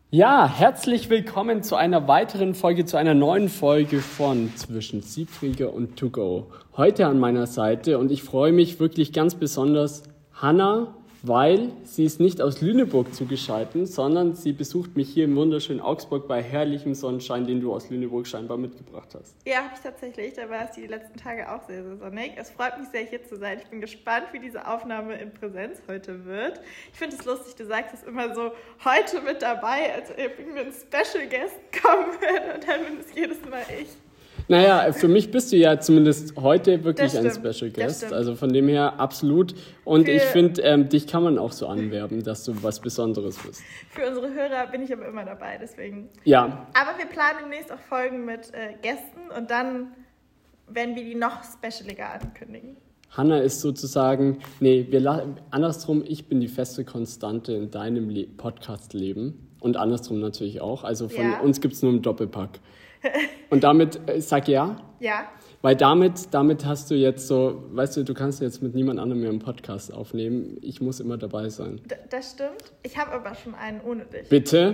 Ja, herzlich willkommen zu einer weiteren Folge, zu einer neuen Folge von Zwischen Siebträger und To Go. Heute an meiner Seite und ich freue mich wirklich ganz besonders Hanna, weil sie ist nicht aus Lüneburg zugeschaltet, sondern sie besucht mich hier im wunderschönen Augsburg bei herrlichem Sonnenschein, den du aus Lüneburg scheinbar mitgebracht hast. Ja, habe ich tatsächlich. Da war es die letzten Tage auch sehr, sehr sonnig. Es freut mich sehr, hier zu sein. Ich bin gespannt, wie diese Aufnahme in Präsenz heute wird. Ich finde es lustig, du sagst es immer so, heute mit dabei, als ob irgendwie ein Special Guest kommen würde und dann bin es jedes Mal ich. Naja, für mich bist du ja zumindest heute wirklich ein Special Guest, also von dem her absolut. Und ich finde, dich kann man auch so anwerben, dass du was Besonderes bist. Für unsere Hörer bin ich aber immer dabei, deswegen. Ja. Aber wir planen demnächst auch Folgen mit Gästen und dann werden wir die noch specialiger ankündigen. Hanna ist sozusagen, andersrum, ich bin die feste Konstante in deinem Podcast-Leben und andersrum natürlich auch. Also von uns gibt es nur einen Doppelpack. Und damit, sag ja. Ja. Weil damit hast du jetzt so, weißt du, du kannst jetzt mit niemand anderem mehr einen Podcast aufnehmen. Ich muss immer dabei sein. Das stimmt. Ich habe aber schon einen ohne dich. Bitte?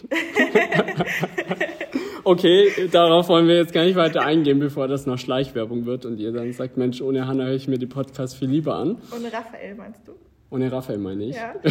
Okay, darauf wollen wir jetzt gar nicht weiter eingehen, bevor das noch Schleichwerbung wird und ihr dann sagt, Mensch, ohne Hanna höre ich mir die Podcasts viel lieber an. Ohne Raphael meinst du? Ohne Raphael meine ich. Ja.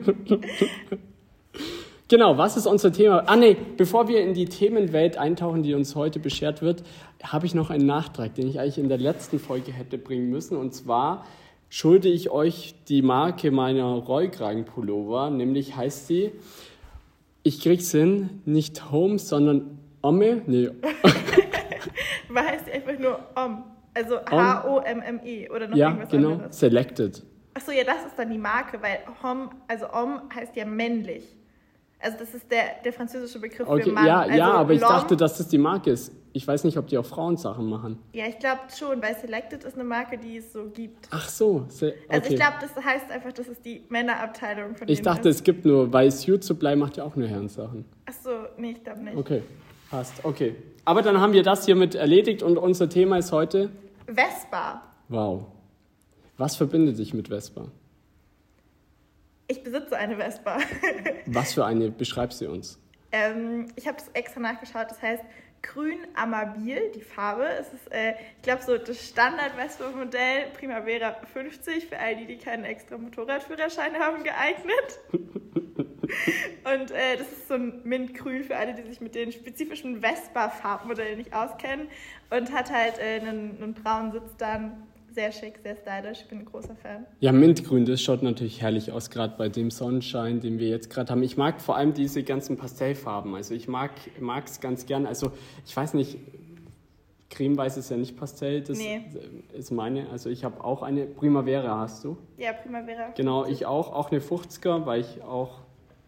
Genau, was ist unser Thema? Bevor wir in die Themenwelt eintauchen, die uns heute beschert wird, habe ich noch einen Nachtrag, den ich eigentlich in der letzten Folge hätte bringen müssen. Und zwar schulde ich euch die Marke meiner Rollkragenpullover, nämlich heißt sie, ich krieg's hin, nicht Home, sondern Omme? Nee. Heißt sie einfach nur Om, also H-O-M-M-E oder noch irgendwas anderes? Ja, Selected. Achso, ja, das ist dann die Marke, weil Hom, also Om heißt ja männlich. Also das ist der französische Begriff für Mann. Ja, aber ich dachte, dass das die Marke ist. Ich weiß nicht, ob die auch Frauensachen machen. Ja, ich glaube schon, weil Selected ist eine Marke, die es so gibt. Ach so. Okay. Also ich glaube, das heißt einfach, das ist die Männerabteilung von Ich dachte, es gibt nur, weil Suit Supply macht ja auch nur Herrensachen. Ach so, nee, ich glaube nicht. Okay, passt, okay. Aber dann haben wir das hiermit erledigt und unser Thema ist heute? Vespa. Wow. Was verbindet dich mit Vespa? Ich besitze eine Vespa. Was für eine? Beschreib sie uns. Ich habe es extra nachgeschaut. Das heißt Grün Amabil, die Farbe. Es ist, ich glaube, so das Standard-Vespa-Modell Primavera 50 für all die keinen extra Motorradführerschein haben, geeignet. Und das ist so ein Mintgrün für alle, die sich mit den spezifischen Vespa-Farbmodellen nicht auskennen. Und hat halt einen braunen Sitz dann. Sehr schick, sehr stylisch. Ich bin ein großer Fan. Ja, Mintgrün, das schaut natürlich herrlich aus, gerade bei dem Sonnenschein, den wir jetzt gerade haben. Ich mag vor allem diese ganzen Pastellfarben. Also ich mag es ganz gern. Also ich weiß nicht, cremeweiß ist ja nicht Pastell. Das ist meine. Also ich habe auch eine Primavera, hast du? Ja, Primavera. Genau, ich auch. Auch eine 50er, weil ich auch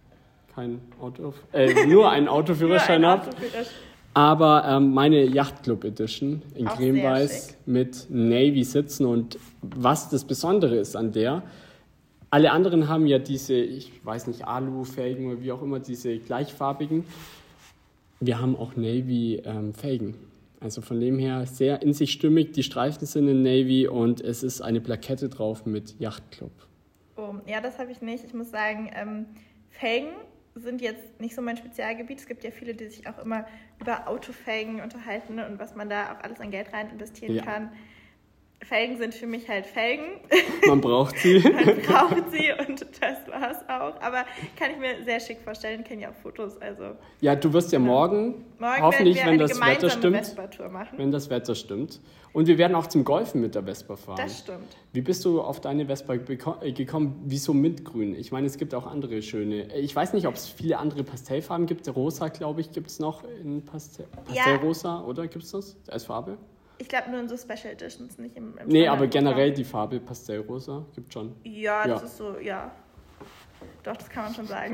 nur einen Autoführerschein habe. Aber meine Yachtclub Edition in cremeweiß mit Navy sitzen und was das Besondere ist an der, alle anderen haben ja diese, ich weiß nicht, Alu-Felgen oder wie auch immer, diese gleichfarbigen. Wir haben auch Navy-Felgen. Also von dem her sehr in sich stimmig, die Streifen sind in Navy und es ist eine Plakette drauf mit Yachtclub. Oh, ja, das habe ich nicht. Ich muss sagen, Felgen sind jetzt nicht so mein Spezialgebiet. Es gibt ja viele, die sich auch immer über Autofelgen unterhalten, ne, und was man da auch alles an Geld rein investieren kann. Felgen sind für mich halt Felgen. Man braucht sie. Man braucht sie und das war's auch. Aber kann ich mir sehr schick vorstellen, kenne ja auch Fotos. Also, ja, du wirst ja morgen hoffentlich, wenn das Wetter stimmt, Vespa-Tour machen. Wenn das Wetter stimmt. Und wir werden auch zum Golfen mit der Vespa fahren. Das stimmt. Wie bist du auf deine Vespa gekommen? Wieso Mintgrün? Ich meine, es gibt auch andere schöne. Ich weiß nicht, ob es viele andere Pastellfarben gibt. Rosa, glaube ich, gibt es noch in Pastellrosa, oder gibt es das als Farbe? Ich glaube nur in so Special Editions, nicht im Nee, aber generell die Farbe Pastellrosa gibt schon. Ja, das ist so, ja. Doch, das kann man schon sagen.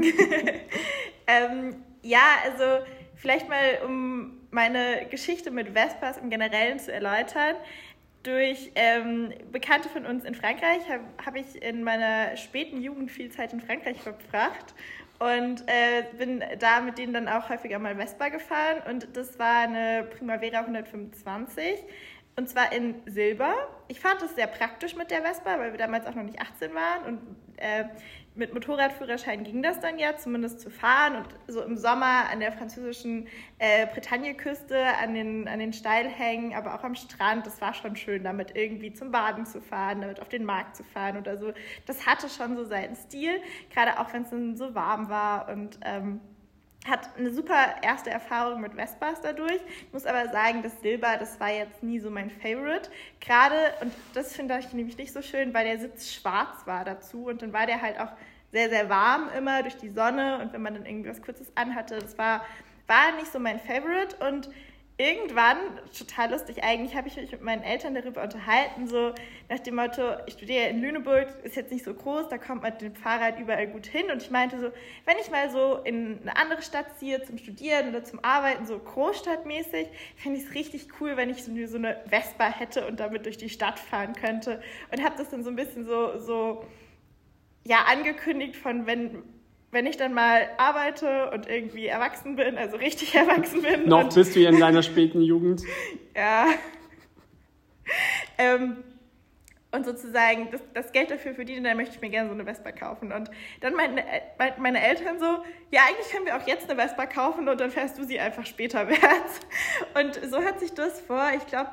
Also vielleicht mal, um meine Geschichte mit Vespas im Generellen zu erläutern. Durch Bekannte von uns in Frankreich habe ich in meiner späten Jugend viel Zeit in Frankreich verbracht. Und bin da mit denen dann auch häufiger mal Vespa gefahren. Und das war eine Primavera 125. Und zwar in Silber. Ich fand es sehr praktisch mit der Vespa, weil wir damals auch noch nicht 18 waren. Und mit Motorradführerschein ging das dann ja, zumindest zu fahren. Und so im Sommer an der französischen Bretagne-Küste, an den Steilhängen, aber auch am Strand, das war schon schön, damit irgendwie zum Baden zu fahren, damit auf den Markt zu fahren oder so. Das hatte schon so seinen Stil, gerade auch wenn es dann so warm war und hat eine super erste Erfahrung mit Vespas dadurch. Ich muss aber sagen, das Silber, das war jetzt nie so mein Favorite. Gerade, und das finde ich nämlich nicht so schön, weil der Sitz schwarz war dazu und dann war der halt auch sehr, sehr warm immer durch die Sonne und wenn man dann irgendwie was Kurzes anhatte, das war nicht so mein Favorite und irgendwann, total lustig eigentlich, habe ich mich mit meinen Eltern darüber unterhalten, so nach dem Motto, ich studiere in Lüneburg, ist jetzt nicht so groß, da kommt man mit dem Fahrrad überall gut hin und ich meinte so, wenn ich mal so in eine andere Stadt ziehe zum Studieren oder zum Arbeiten, so großstadtmäßig, fände ich es richtig cool, wenn ich so eine Vespa hätte und damit durch die Stadt fahren könnte und habe das dann so ein bisschen so angekündigt von, wenn ich dann mal arbeite und irgendwie erwachsen bin, also richtig erwachsen bin. Noch bist du ja in deiner späten Jugend. Ja. Und sozusagen das Geld dafür verdienen, dann möchte ich mir gerne so eine Vespa kaufen. Und dann meinten meine Eltern so, ja, eigentlich können wir auch jetzt eine Vespa kaufen und dann fährst du sie einfach später wärts. Und so hat sich das vor, ich glaube,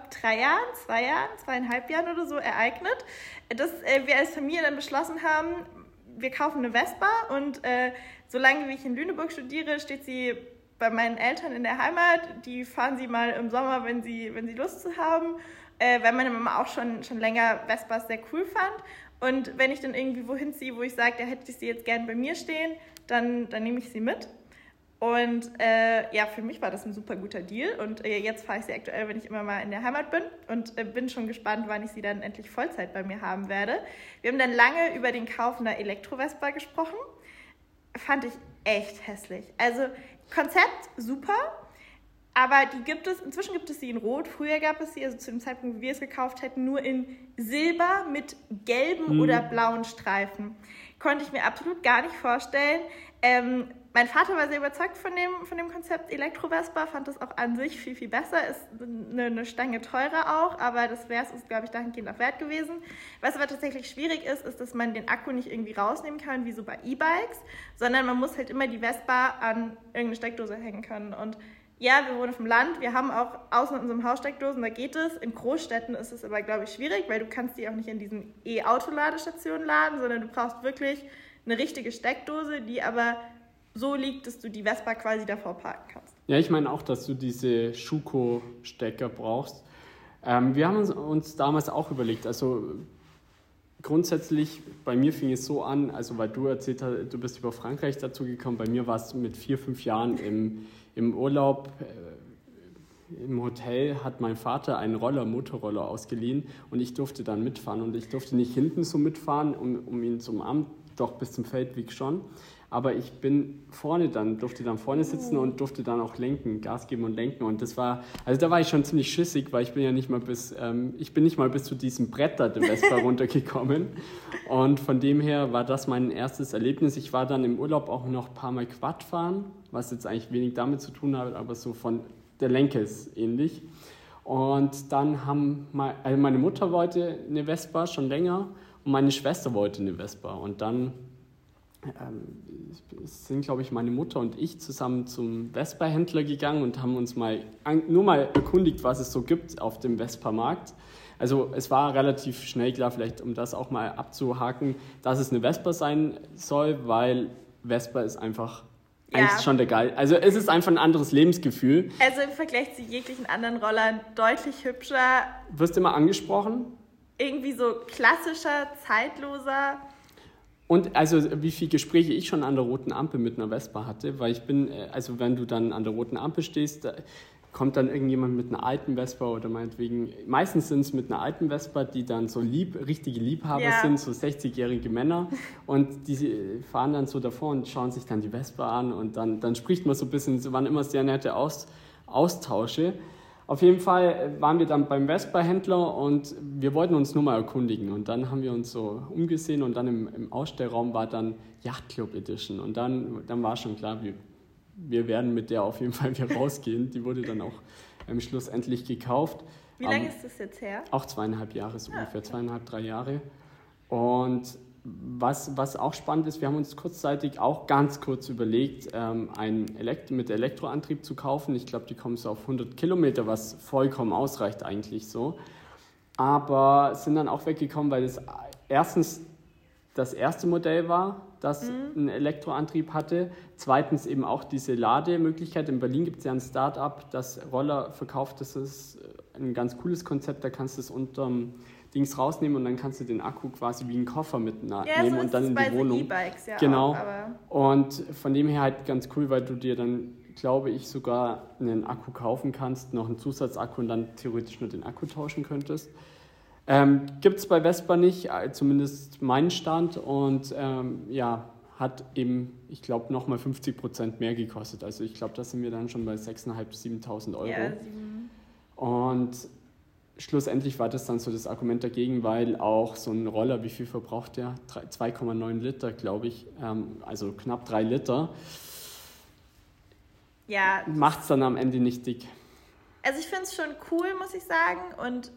2,5 Jahren oder so ereignet, dass wir als Familie dann beschlossen haben, wir kaufen eine Vespa und solange wie ich in Lüneburg studiere, steht sie bei meinen Eltern in der Heimat. Die fahren sie mal im Sommer, wenn sie Lust zu haben, weil meine Mama auch schon länger Vespas sehr cool fand. Und wenn ich dann irgendwie wohin ziehe, wo ich sage, da hätte ich sie jetzt gern bei mir stehen, dann nehme ich sie mit. Und für mich war das ein super guter Deal und jetzt fahre ich sie aktuell, wenn ich immer mal in der Heimat bin und bin schon gespannt, wann ich sie dann endlich Vollzeit bei mir haben werde. Wir haben dann lange über den Kauf einer Elektro-Vespa gesprochen. Fand ich echt hässlich. Also Konzept super, aber inzwischen gibt es sie in Rot. Früher gab es sie, also zu dem Zeitpunkt, wo wir es gekauft hätten, nur in Silber mit gelben oder blauen Streifen. Konnte ich mir absolut gar nicht vorstellen. Mein Vater war sehr überzeugt von dem Konzept Elektro-Vespa, fand das auch an sich viel, viel besser, ist eine Stange teurer auch, aber das wäre es uns, glaube ich, dahingehend auch wert gewesen. Was aber tatsächlich schwierig ist, dass man den Akku nicht irgendwie rausnehmen kann, wie so bei E-Bikes, sondern man muss halt immer die Vespa an irgendeine Steckdose hängen können. Und ja, wir wohnen auf dem Land, wir haben auch außen in unserem Haus Steckdosen, da geht es. In Großstädten ist es aber, glaube ich, schwierig, weil du kannst die auch nicht in diesen E-Auto-Ladestationen laden, sondern du brauchst wirklich eine richtige Steckdose, die aber so liegt, dass du die Vespa quasi davor parken kannst. Ja, ich meine auch, dass du diese Schuko-Stecker brauchst. Wir haben uns damals auch überlegt, also grundsätzlich, bei mir fing es so an, also weil du erzählt hast, du bist über Frankreich dazu gekommen, bei mir war es mit 4-5 Jahren im Urlaub, im Hotel hat mein Vater einen Motorroller ausgeliehen und ich durfte dann mitfahren und ich durfte nicht hinten so mitfahren, um ihn zu umarmen, doch bis zum Feldweg schon. Aber ich durfte dann vorne sitzen und durfte dann auch lenken, Gas geben und lenken. Und da war ich schon ziemlich schissig, weil ich bin nicht mal bis zu diesem Brett da der Vespa runtergekommen. Und von dem her war das mein erstes Erlebnis. Ich war dann im Urlaub auch noch ein paar Mal Quad fahren, was jetzt eigentlich wenig damit zu tun hat, aber so von der Lenke ist ähnlich. Und dann meine Mutter wollte eine Vespa schon länger und meine Schwester wollte eine Vespa. Und dann sind, glaube ich, meine Mutter und ich zusammen zum Vespa-Händler gegangen und haben uns nur mal erkundigt, was es so gibt auf dem Vespa-Markt. Also es war relativ schnell klar, vielleicht um das auch mal abzuhaken, dass es eine Vespa sein soll, weil Vespa ist einfach eigentlich schon der geil. Also es ist einfach ein anderes Lebensgefühl. Also im Vergleich zu jeglichen anderen Rollern deutlich hübscher. Wirst immer angesprochen? Irgendwie so klassischer, zeitloser. Und also wie viele Gespräche ich schon an der roten Ampel mit einer Vespa hatte, weil wenn du dann an der roten Ampel stehst, da kommt dann irgendjemand mit einer alten Vespa oder meinetwegen, meistens sind es mit einer alten Vespa, die dann so richtige Liebhaber sind, so 60-jährige Männer und die fahren dann so davor und schauen sich dann die Vespa an und dann spricht man so ein bisschen, es waren immer sehr nette Austausche. Auf jeden Fall waren wir dann beim Vespa-Händler und wir wollten uns nur mal erkundigen. Und dann haben wir uns so umgesehen und dann im Ausstellraum war dann Yachtclub Edition. Und dann war schon klar, wir werden mit der auf jeden Fall wieder rausgehen. Die wurde dann auch schlussendlich gekauft. Wie lange ist das jetzt her? Auch 2,5 Jahre, so ungefähr, 2,5, 3 Jahre. Und was auch spannend ist, wir haben uns kurzzeitig auch ganz kurz überlegt, einen mit Elektroantrieb zu kaufen. Ich glaube, die kommen so auf 100 Kilometer, was vollkommen ausreicht eigentlich so. Aber sind dann auch weggekommen, weil es erstens das erste Modell war, das einen Elektroantrieb hatte. Zweitens eben auch diese Lademöglichkeit. In Berlin gibt es ja ein Start-up, das Roller verkauft. Das ist ein ganz cooles Konzept. Da kannst du es unterm Dings rausnehmen und dann kannst du den Akku quasi wie einen Koffer mitnehmen so und dann in die Wohnung. E-Bikes, ja. Genau. Auch, und von dem her halt ganz cool, weil du dir dann, glaube ich, sogar einen Akku kaufen kannst, noch einen Zusatzakku und dann theoretisch nur den Akku tauschen könntest. Gibt es bei Vespa nicht, zumindest meinen Stand, und hat eben, ich glaube, nochmal 50% mehr gekostet. Also ich glaube, da sind wir dann schon bei 6.500, 7.000 Euro. Ja, und schlussendlich war das dann so das Argument dagegen, weil auch so ein Roller, wie viel verbraucht der? 2,9 Liter, glaube ich, also knapp 3 Liter. Ja. Macht es dann am Ende nicht dick. Also ich finde es schon cool, muss ich sagen, und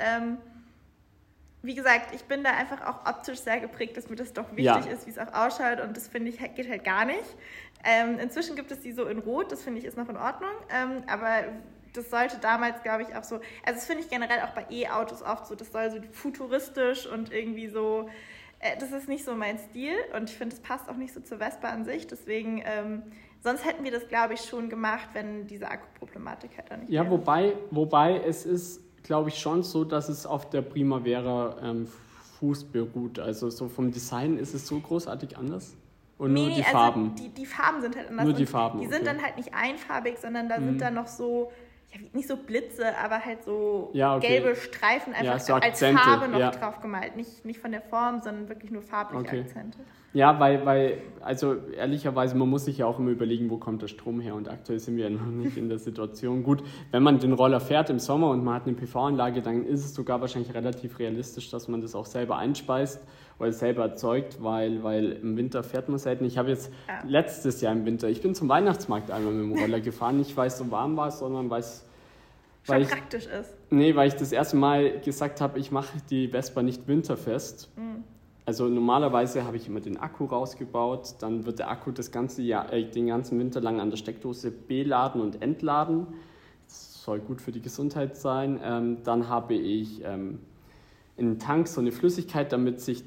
wie gesagt, ich bin da einfach auch optisch sehr geprägt, dass mir das doch wichtig ist, wie es auch ausschaut, und das finde ich geht halt gar nicht. Inzwischen gibt es die so in Rot, das finde ich ist noch in Ordnung, aber das sollte damals, glaube ich, auch so, also das finde ich generell auch bei E-Autos oft so, das soll so futuristisch und irgendwie so, das ist nicht so mein Stil, und ich finde, das passt auch nicht so zur Vespa an sich, deswegen, sonst hätten wir das, glaube ich, schon gemacht, wenn diese Akkuproblematik halt da nicht wäre. Ja, wobei es ist, glaube ich, schon so, dass es auf der Primavera Fuß beruht, also so vom Design ist es so großartig anders. Und nur die Farben? Die Farben sind halt anders. Nur die Farben, die sind dann halt nicht einfarbig, sondern da sind dann noch so, nicht so Blitze, aber halt so gelbe Streifen einfach so als Farbe noch drauf gemalt. Nicht von der Form, sondern wirklich nur farbliche Akzente. Ja, weil, also ehrlicherweise, man muss sich ja auch immer überlegen, wo kommt der Strom her, und aktuell sind wir ja noch nicht in der Situation. Gut, wenn man den Roller fährt im Sommer und man hat eine PV-Anlage, dann ist es sogar wahrscheinlich relativ realistisch, dass man das auch selber einspeist oder selber erzeugt, weil im Winter fährt man selten. Ich habe jetzt letztes Jahr im Winter, ich bin zum Weihnachtsmarkt einmal mit dem Roller gefahren, nicht weil es so warm war, sondern weil es praktisch ist. Nee, weil ich das erste Mal gesagt habe, ich mache die Vespa nicht winterfest. Also normalerweise habe ich immer den Akku rausgebaut, dann wird der Akku das ganze Jahr, den ganzen Winter lang an der Steckdose beladen und entladen. Das soll gut für die Gesundheit sein. Dann habe ich in den Tank so eine Flüssigkeit, damit sich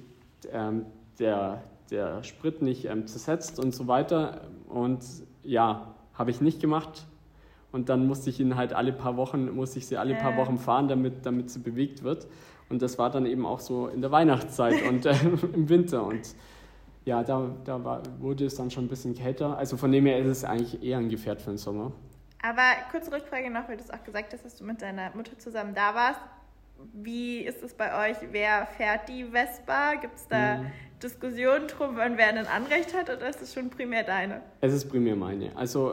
der Sprit nicht zersetzt und so weiter. Und ja, habe ich nicht gemacht. Und dann musste ich ihn halt alle paar Wochen fahren, damit sie bewegt wird. Und das war dann eben auch so in der Weihnachtszeit und im Winter. Und ja, wurde es dann schon ein bisschen kälter. Also von dem her ist es eigentlich eher ein Gefährt für den Sommer. Aber kurze Rückfrage noch, weil du es auch gesagt hast, dass du mit deiner Mutter zusammen da warst. Wie ist es bei euch? Wer fährt die Vespa? Gibt es da Diskussionen drum, wer ein Anrecht hat, oder ist es schon primär deine? Es ist primär meine. Also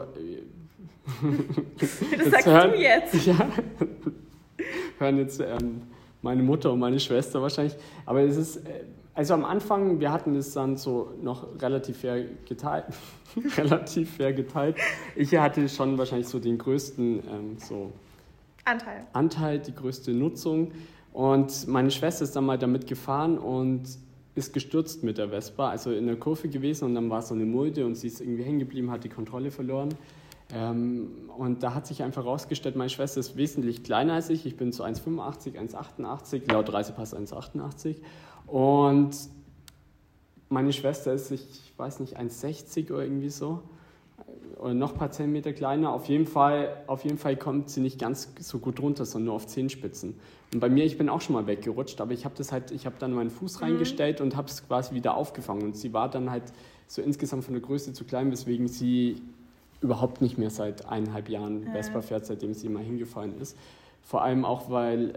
das sagst du jetzt. Ja, hören jetzt meine Mutter und meine Schwester wahrscheinlich. Aber es ist, also am Anfang, wir hatten es dann so noch relativ fair geteilt. Ich hatte schon wahrscheinlich so den größten Anteil, die größte Nutzung. Und meine Schwester ist dann mal damit gefahren und ist gestürzt mit der Vespa, also in der Kurve gewesen, und dann war so eine Mulde und sie ist irgendwie hängen geblieben, hat die Kontrolle verloren. Und da hat sich einfach herausgestellt, meine Schwester ist wesentlich kleiner als ich bin so 1,85, 1,88, laut Reisepass 1,88, und meine Schwester ist, ich weiß nicht, 1,60 oder irgendwie so, oder noch ein paar Zentimeter kleiner. Auf jeden Fall kommt sie nicht ganz so gut runter, sondern nur auf Zehenspitzen. Und bei mir, ich bin auch schon mal weggerutscht, aber ich habe dann meinen Fuß reingestellt und habe es quasi wieder aufgefangen. Und sie war dann halt so insgesamt von der Größe zu klein, weswegen sie überhaupt nicht mehr seit 1,5 Jahren Vespa fährt, seitdem sie mal hingefallen ist. Vor allem auch, weil,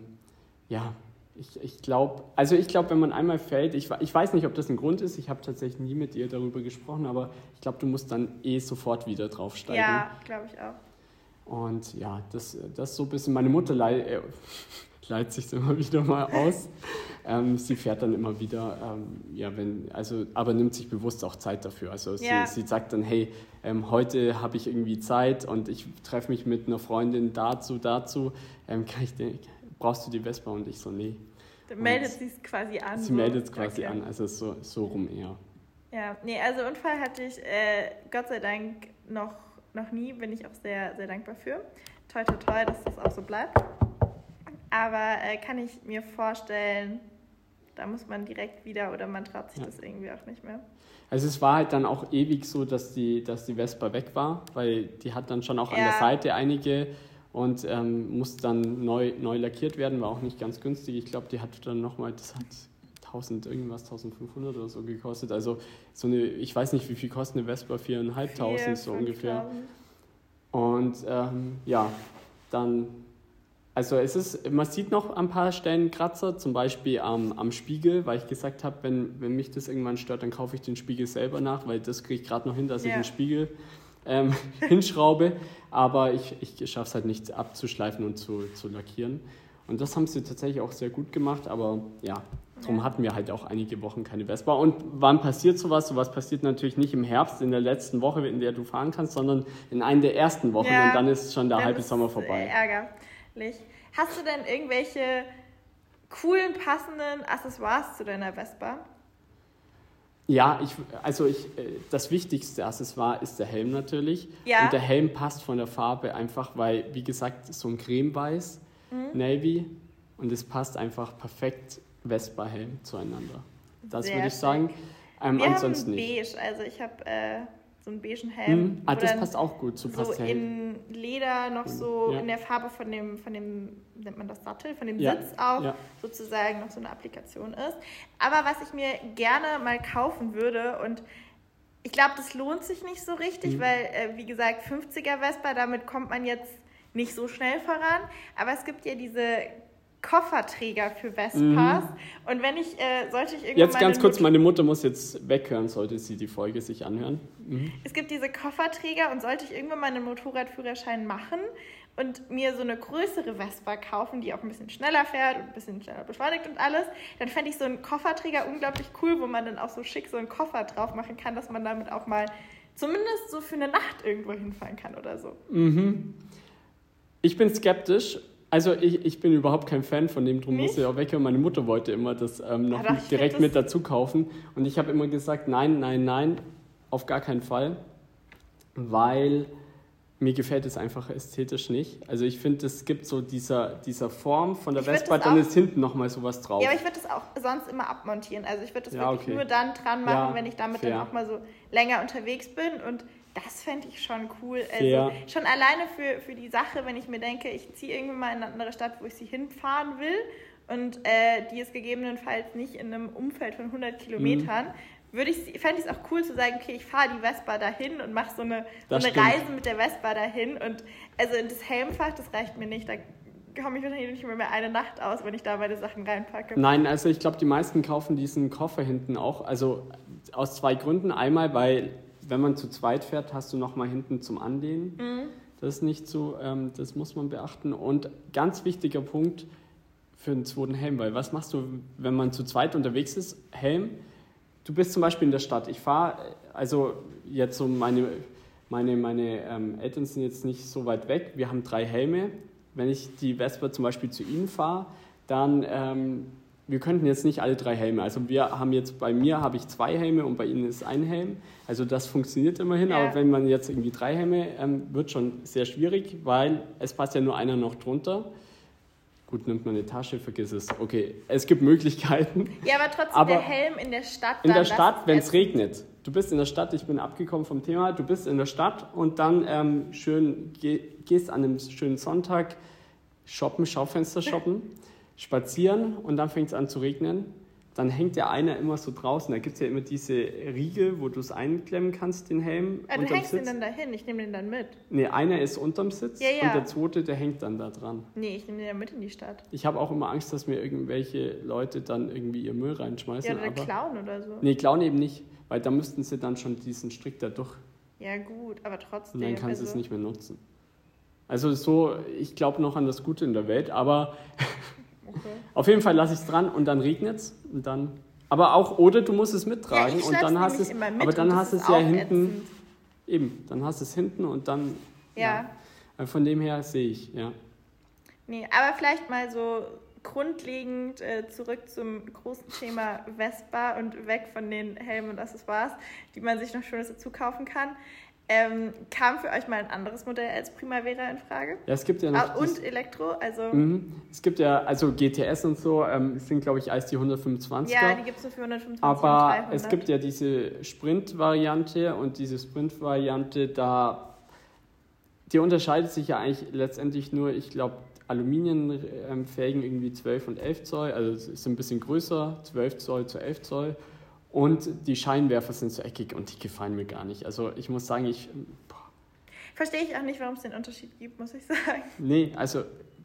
ich glaube, wenn man einmal fällt, ich weiß nicht, ob das ein Grund ist, ich habe tatsächlich nie mit ihr darüber gesprochen, aber ich glaube, du musst dann sofort wieder draufsteigen. Ja, glaube ich auch. Und ja, das ist so ein bisschen, meine Mutter leiht sich immer wieder mal aus. Sie fährt dann immer wieder, aber nimmt sich bewusst auch Zeit dafür. Also sie sagt dann, hey, heute habe ich irgendwie Zeit und ich treffe mich mit einer Freundin dazu. brauchst du die Vespa? Und ich so, nee. Dann meldet sie es quasi an. Sie meldet es quasi an, also so rum eher. Ja, nee, also Unfall hatte ich Gott sei Dank noch nie, bin ich auch sehr, sehr dankbar für. Toi, toi, toi, dass das auch so bleibt. Aber kann ich mir vorstellen, da muss man direkt wieder oder man traut sich das irgendwie auch nicht mehr. Also es war halt dann auch ewig so, dass die Vespa weg war, weil die hat dann schon auch an der Seite einige und musste dann neu lackiert werden, war auch nicht ganz günstig. Ich glaube, die hat dann nochmal, das hat 1500 oder so gekostet. Also so eine, ich weiß nicht, wie viel kostet eine Vespa, 4.500 so ungefähr. Und dann, also man sieht noch ein paar Stellen Kratzer, zum Beispiel am Spiegel, weil ich gesagt habe, wenn mich das irgendwann stört, dann kaufe ich den Spiegel selber nach, weil das kriege ich gerade noch hin, dass ich den Spiegel hinschraube, aber ich schaffe es halt nicht abzuschleifen und zu lackieren. Und das haben sie tatsächlich auch sehr gut gemacht, aber darum hatten wir halt auch einige Wochen keine Vespa. Und wann passiert sowas? Sowas passiert natürlich nicht im Herbst, in der letzten Woche, in der du fahren kannst, sondern in einer der ersten Wochen und dann ist schon der halbe Sommer vorbei. Ärgerlich. Hast du denn irgendwelche coolen, passenden Accessoires zu deiner Vespa? Ja, das wichtigste Accessoire ist der Helm natürlich. Ja. Und der Helm passt von der Farbe einfach, weil, wie gesagt, so ein Cremeweiß, Navy, und es passt einfach perfekt Vespa-Helm zueinander. Das würde ich sagen. Ansonsten nicht. Beige, also ich habe so einen beigen Helm. Das passt auch gut zu Pastell. So in Leder noch so in der Farbe von dem, nennt man das Sattel, von dem Sitz auch sozusagen noch so eine Applikation ist. Aber was ich mir gerne mal kaufen würde und ich glaube, das lohnt sich nicht so richtig, weil, wie gesagt, 50er Vespa, damit kommt man jetzt nicht so schnell voran. Aber es gibt ja diese Kofferträger für Vespas. Und wenn sollte ich irgendwann jetzt ganz kurz, meine Mutter muss jetzt weghören, sollte sie die Folge sich anhören. Es gibt diese Kofferträger und sollte ich irgendwann mal einen Motorradführerschein machen und mir so eine größere Vespa kaufen, die auch ein bisschen schneller fährt und ein bisschen schneller beschleunigt und alles, dann fände ich so einen Kofferträger unglaublich cool, wo man dann auch so schick so einen Koffer drauf machen kann, dass man damit auch mal zumindest so für eine Nacht irgendwo hinfahren kann oder so. Ich bin skeptisch. Also ich bin überhaupt kein Fan von dem, drum muss ich auch weg. Und meine Mutter wollte immer das noch direkt mit dazu kaufen. Und ich habe immer gesagt, nein, auf gar keinen Fall. Weil mir gefällt es einfach ästhetisch nicht. Also ich finde, es gibt so dieser Form von der Vespa, dann ist hinten nochmal sowas drauf. Ja, aber ich würde das auch sonst immer abmontieren. Also ich würde das wirklich nur dann dran machen, wenn ich damit dann auch mal so länger unterwegs bin. Und das fände ich schon cool. Also schon alleine für die Sache, wenn ich mir denke, ich ziehe irgendwann mal in eine andere Stadt, wo ich sie hinfahren will und die ist gegebenenfalls nicht in einem Umfeld von 100 Kilometern, fände ich es auch cool zu sagen, okay, ich fahre die Vespa dahin und mache so eine Reise mit der Vespa dahin. Und also in das Helmfach, das reicht mir nicht. Da komme ich wahrscheinlich nicht mehr eine Nacht aus, wenn ich da meine Sachen reinpacke. Nein, also ich glaube, die meisten kaufen diesen Koffer hinten auch. Also aus 2 Gründen. Einmal, weil wenn man zu zweit fährt, hast du noch mal hinten zum Anlehnen. Das ist nicht so, das muss man beachten. Und ganz wichtiger Punkt für den zweiten Helm, weil was machst du, wenn man zu zweit unterwegs ist? Helm, du bist zum Beispiel in der Stadt. Ich fahre, also jetzt so meine Eltern sind jetzt nicht so weit weg. Wir haben 3 Helme. Wenn ich die Vespa zum Beispiel zu ihnen fahre, dann wir könnten jetzt nicht alle 3 Helme. Also bei mir habe ich 2 Helme und bei Ihnen ist ein Helm. Also das funktioniert immerhin, aber wenn man jetzt irgendwie 3 Helme, wird schon sehr schwierig, weil es passt ja nur einer noch drunter. Gut, nimmt man eine Tasche, vergiss es. Okay, es gibt Möglichkeiten. Ja, aber trotzdem der Helm in der Stadt. In der Stadt, wenn es regnet. Du bist in der Stadt, ich bin abgekommen vom Thema, du bist in der Stadt und dann gehst an einem schönen Sonntag Schaufenster shoppen. Spazieren und dann fängt es an zu regnen, dann hängt ja einer immer so draußen. Da gibt es ja immer diese Riegel, wo du es einklemmen kannst, den Helm. Du hängst den dann dahin, ich nehme den dann mit. Nee, einer ist unterm Sitz und der zweite, der hängt dann da dran. Nee, ich nehme den dann mit in die Stadt. Ich habe auch immer Angst, dass mir irgendwelche Leute dann irgendwie ihr Müll reinschmeißen. Ja, oder klauen oder so. Nee, klauen eben nicht, weil da müssten sie dann schon diesen Strick da durch. Ja gut, aber trotzdem. Und dann kannst du es nicht mehr nutzen. Also so, ich glaube noch an das Gute in der Welt, aber auf jeden Fall lasse ich es dran und dann regnet es. Aber auch, oder du musst es mittragen und dann hast es, aber dann hast es ja hinten, ätzend. Eben, dann hast du es hinten und dann, von dem her sehe ich, Nee, aber vielleicht mal so grundlegend zurück zum großen Thema Vespa und weg von den Helmen und Accessoires, die man sich noch Schönes dazu kaufen kann. Kam für euch mal ein anderes Modell als Primavera in Frage? Ja, es gibt ja noch... Und Elektro, also... Es gibt ja, also GTS und so, sind glaube ich die 125er. Ja, die gibt es nur für 125 aber und 300. Es gibt ja diese Sprint-Variante und diese Sprint-Variante, die unterscheidet sich ja eigentlich letztendlich nur, ich glaube, Aluminiumfelgen irgendwie 12 und 11 Zoll, also es ist ein bisschen größer, 12 Zoll zu 11 Zoll. Und die Scheinwerfer sind so eckig und die gefallen mir gar nicht. Also ich muss sagen, verstehe ich auch nicht, warum es den Unterschied gibt, muss ich sagen. Nee, also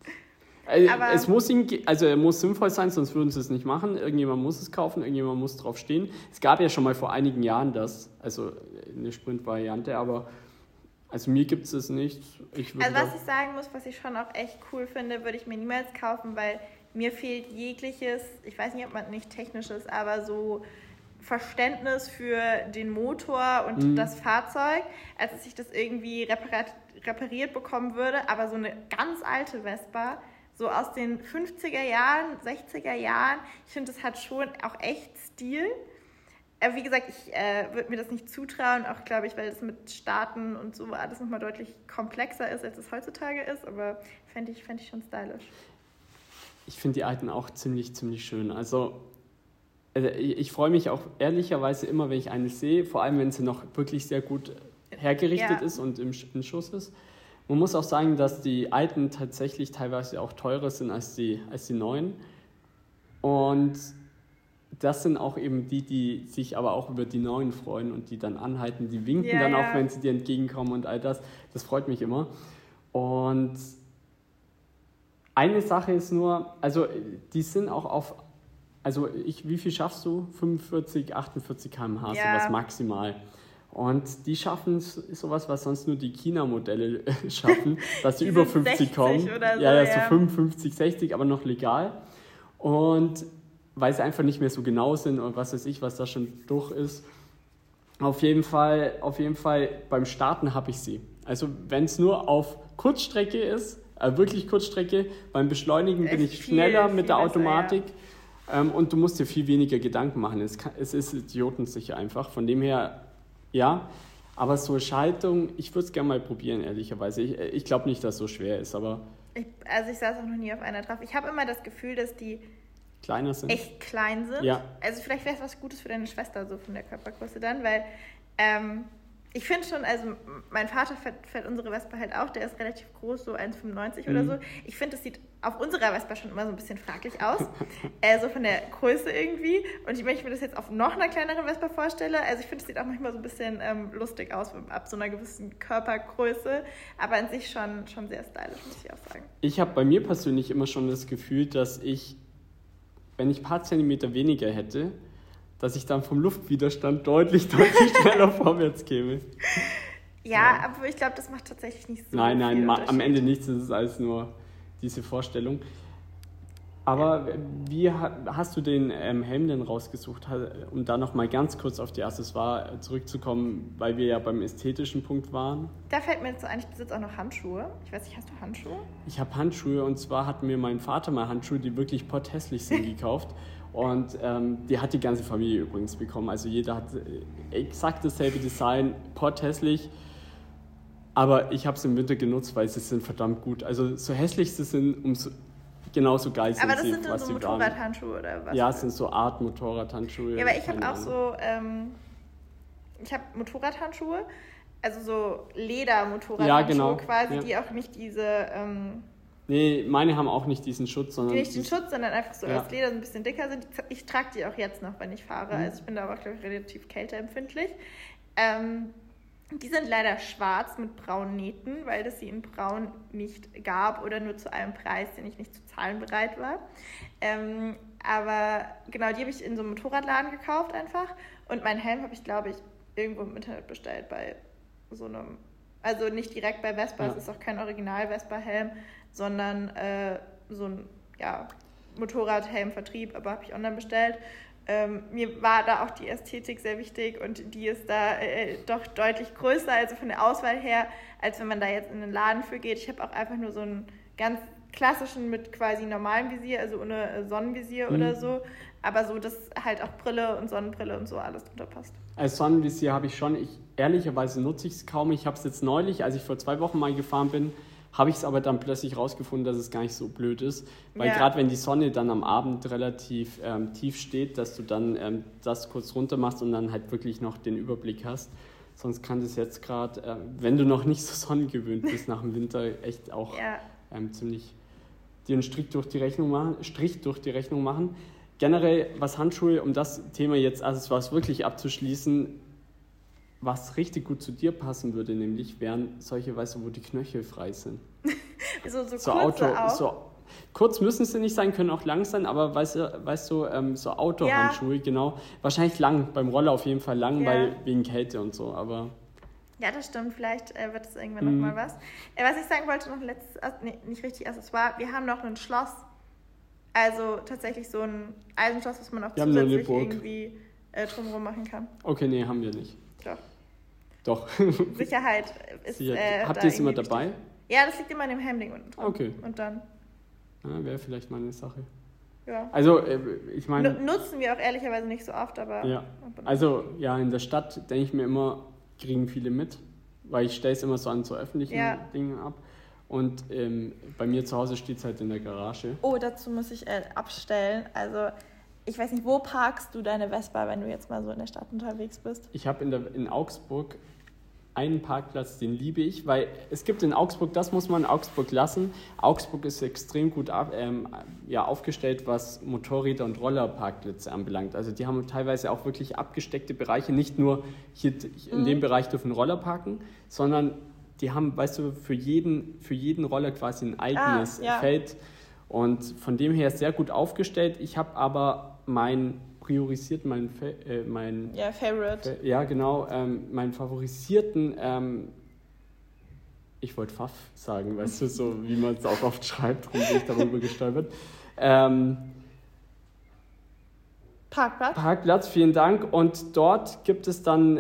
es muss er muss sinnvoll sein, sonst würden sie es nicht machen. Irgendjemand muss es kaufen, irgendjemand muss drauf stehen. Es gab ja schon mal vor einigen Jahren also eine Sprint-Variante, aber also mir gibt es nicht. Was ich sagen muss, was ich schon auch echt cool finde, würde ich mir niemals kaufen, weil mir fehlt jegliches, ich weiß nicht, ob man nicht technisch ist, aber so Verständnis für den Motor und das Fahrzeug, als dass ich das irgendwie repariert bekommen würde. Aber so eine ganz alte Vespa, so aus den 50er Jahren, 60er Jahren, ich finde, das hat schon auch echt Stil. Wie gesagt, ich würde mir das nicht zutrauen, auch glaube ich, weil es mit Starten und so alles nochmal deutlich komplexer ist, als es heutzutage ist. Aber fände ich schon stylisch. Ich finde die alten auch ziemlich, ziemlich schön. Also ich freue mich auch ehrlicherweise immer, wenn ich eine sehe, vor allem wenn sie noch wirklich sehr gut hergerichtet ist und im Schuss ist. Man muss auch sagen, dass die alten tatsächlich teilweise auch teurer sind als die neuen. Und das sind auch eben die sich aber auch über die neuen freuen und die dann anhalten, die winken dann auch, wenn sie dir entgegenkommen und all das. Das freut mich immer. Und eine Sache ist nur, also die sind auch wie viel schaffst du? 45, 48 km/h, sowas maximal. Und die schaffen sowas, was sonst nur die China-Modelle schaffen, dass sie über 50 kommen. Oder so, ja, so 55, 60, aber noch legal. Und weil sie einfach nicht mehr so genau sind und was weiß ich, was da schon durch ist. Auf jeden Fall beim Starten habe ich sie. Also wenn es nur auf Kurzstrecke ist, wirklich Kurzstrecke, beim Beschleunigen bin ich schneller mit der Automatik. Besser, und du musst dir viel weniger Gedanken machen. Es ist idiotensicher einfach. Von dem her, ja. Aber so Schaltung, ich würde es gerne mal probieren, ehrlicherweise. Ich glaube nicht, dass es so schwer ist, aber... Ich saß auch noch nie auf einer drauf. Ich habe immer das Gefühl, dass die kleiner sind. Echt klein sind. Ja. Also vielleicht wäre es was Gutes für deine Schwester, so von der Körpergröße dann, weil ich finde schon, also mein Vater fährt unsere Vespa halt auch, der ist relativ groß, so 1,95 oder so. Ich finde, das sieht auf unserer Vespa schon immer so ein bisschen fraglich aus, so von der Größe irgendwie. Und wenn ich mir das jetzt auf noch einer kleineren Vespa vorstelle, also ich finde, es sieht auch manchmal so ein bisschen lustig aus, ab so einer gewissen Körpergröße, aber an sich schon sehr stylisch, muss ich auch sagen. Ich habe bei mir persönlich immer schon das Gefühl, dass wenn ich ein paar Zentimeter weniger hätte, dass ich dann vom Luftwiderstand deutlich schneller vorwärts käme. Ja, aber ich glaube, das macht tatsächlich nicht so Nein, viel Unterschied. Am Ende nichts, das ist alles nur diese Vorstellung. Aber wie hast du den Helm denn rausgesucht, um da nochmal ganz kurz auf die Accessoire zurückzukommen, weil wir ja beim ästhetischen Punkt waren? Da fällt mir jetzt so ein, ich besitze auch noch Handschuhe. Ich weiß nicht, hast du Handschuhe? Ich habe Handschuhe und zwar hat mir mein Vater mal Handschuhe, die wirklich potthässlich sind, gekauft. Und die hat die ganze Familie übrigens bekommen. Also jeder hat exakt dasselbe Design, potthässlich. Aber ich habe sie im Winter genutzt, weil sie sind verdammt gut. Also so hässlich sie sind, umso genauso geil sind sie. Aber das sind dann so Motorradhandschuhe oder was? Ja, es sind so Art Motorradhandschuhe. Ja, aber ich habe auch so, ich habe Motorradhandschuhe, also so Leder-Motorradhandschuhe quasi, die auch nicht diese... Nee, meine haben auch nicht diesen Schutz, sondern... Die nicht den Schutz, sondern einfach so aus Leder, so ein bisschen dicker sind. Ich trage die auch jetzt noch, wenn ich fahre. Also ich bin da aber, glaube ich, relativ kälteempfindlich. Die sind leider schwarz mit braunen Nähten, weil es sie in braun nicht gab oder nur zu einem Preis, den ich nicht zu zahlen bereit war. Aber genau, die habe ich in so einem Motorradladen gekauft einfach. Und meinen Helm habe ich, glaube ich, irgendwo im Internet bestellt bei so einem... Also nicht direkt bei Vespa, es ist auch kein Original-Vespa-Helm, sondern so ein Motorradhelmvertrieb, aber habe ich online bestellt. Mir war da auch die Ästhetik sehr wichtig und die ist da doch deutlich größer, also von der Auswahl her, als wenn man da jetzt in den Laden für geht. Ich habe auch einfach nur so einen ganz klassischen mit quasi normalem Visier, also ohne Sonnenvisier oder so. Aber so, dass halt auch Brille und Sonnenbrille und so alles drunter passt. Als Sonnenvisier habe ich schon, ehrlicherweise nutze ich es kaum. Ich habe es jetzt neulich, als ich vor 2 Wochen mal gefahren bin, habe ich es aber dann plötzlich rausgefunden, dass es gar nicht so blöd ist. Weil gerade wenn die Sonne dann am Abend relativ tief steht, dass du dann das kurz runter machst und dann halt wirklich noch den Überblick hast. Sonst kann das jetzt gerade, wenn du noch nicht so sonnengewöhnt bist nach dem Winter, echt auch ziemlich dir einen Strich durch die Rechnung machen. Generell, was Handschuhe, um das Thema jetzt Accessoires wirklich abzuschließen, was richtig gut zu dir passen würde, nämlich wären solche, weißt du, wo die Knöchel frei sind. so kurze auch? Kurz müssen sie nicht sein, können auch lang sein, aber weißt du, so Outdoor-Handschuhe, genau. Wahrscheinlich lang, beim Roller auf jeden Fall lang, weil wegen Kälte und so, aber... Ja, das stimmt, vielleicht wird es irgendwann nochmal was. Was ich sagen wollte, noch nicht richtig Accessoire, wir haben noch ein Schloss. Also tatsächlich so ein Eisenschloss, was man auch zusätzlich irgendwie drumherum machen kann. Okay, nee, haben wir nicht. Doch. Sicherheit ist habt ihr es immer dabei? Ja, das liegt immer in dem Hemding unten drin. Okay. Und dann... Ja, wäre vielleicht mal eine Sache. Ja. Also, ich meine... Nutzen wir auch ehrlicherweise nicht so oft, aber... Ja. Also, ja, in der Stadt denke ich mir immer, kriegen viele mit, weil ich stelle es immer so an so öffentlichen Dingen ab. Und bei mir zu Hause steht es halt in der Garage. Oh, dazu muss ich abstellen. Also, ich weiß nicht, wo parkst du deine Vespa, wenn du jetzt mal so in der Stadt unterwegs bist? Ich habe in Augsburg einen Parkplatz, den liebe ich, weil es gibt in Augsburg, das muss man in Augsburg lassen. Augsburg ist extrem gut aufgestellt, was Motorräder und Rollerparkplätze anbelangt. Also die haben teilweise auch wirklich abgesteckte Bereiche. Nicht nur hier in dem Bereich dürfen Roller parken, sondern die haben, weißt du, für jeden Roller quasi ein eigenes Feld. Und von dem her sehr gut aufgestellt. Ich habe aber meinen Favorite. Meinen favorisierten, ich wollte Pfaff sagen, weißt du, so wie man es auch oft schreibt, darum bin ich darüber gestolpert. Parkplatz, vielen Dank. Und dort gibt es dann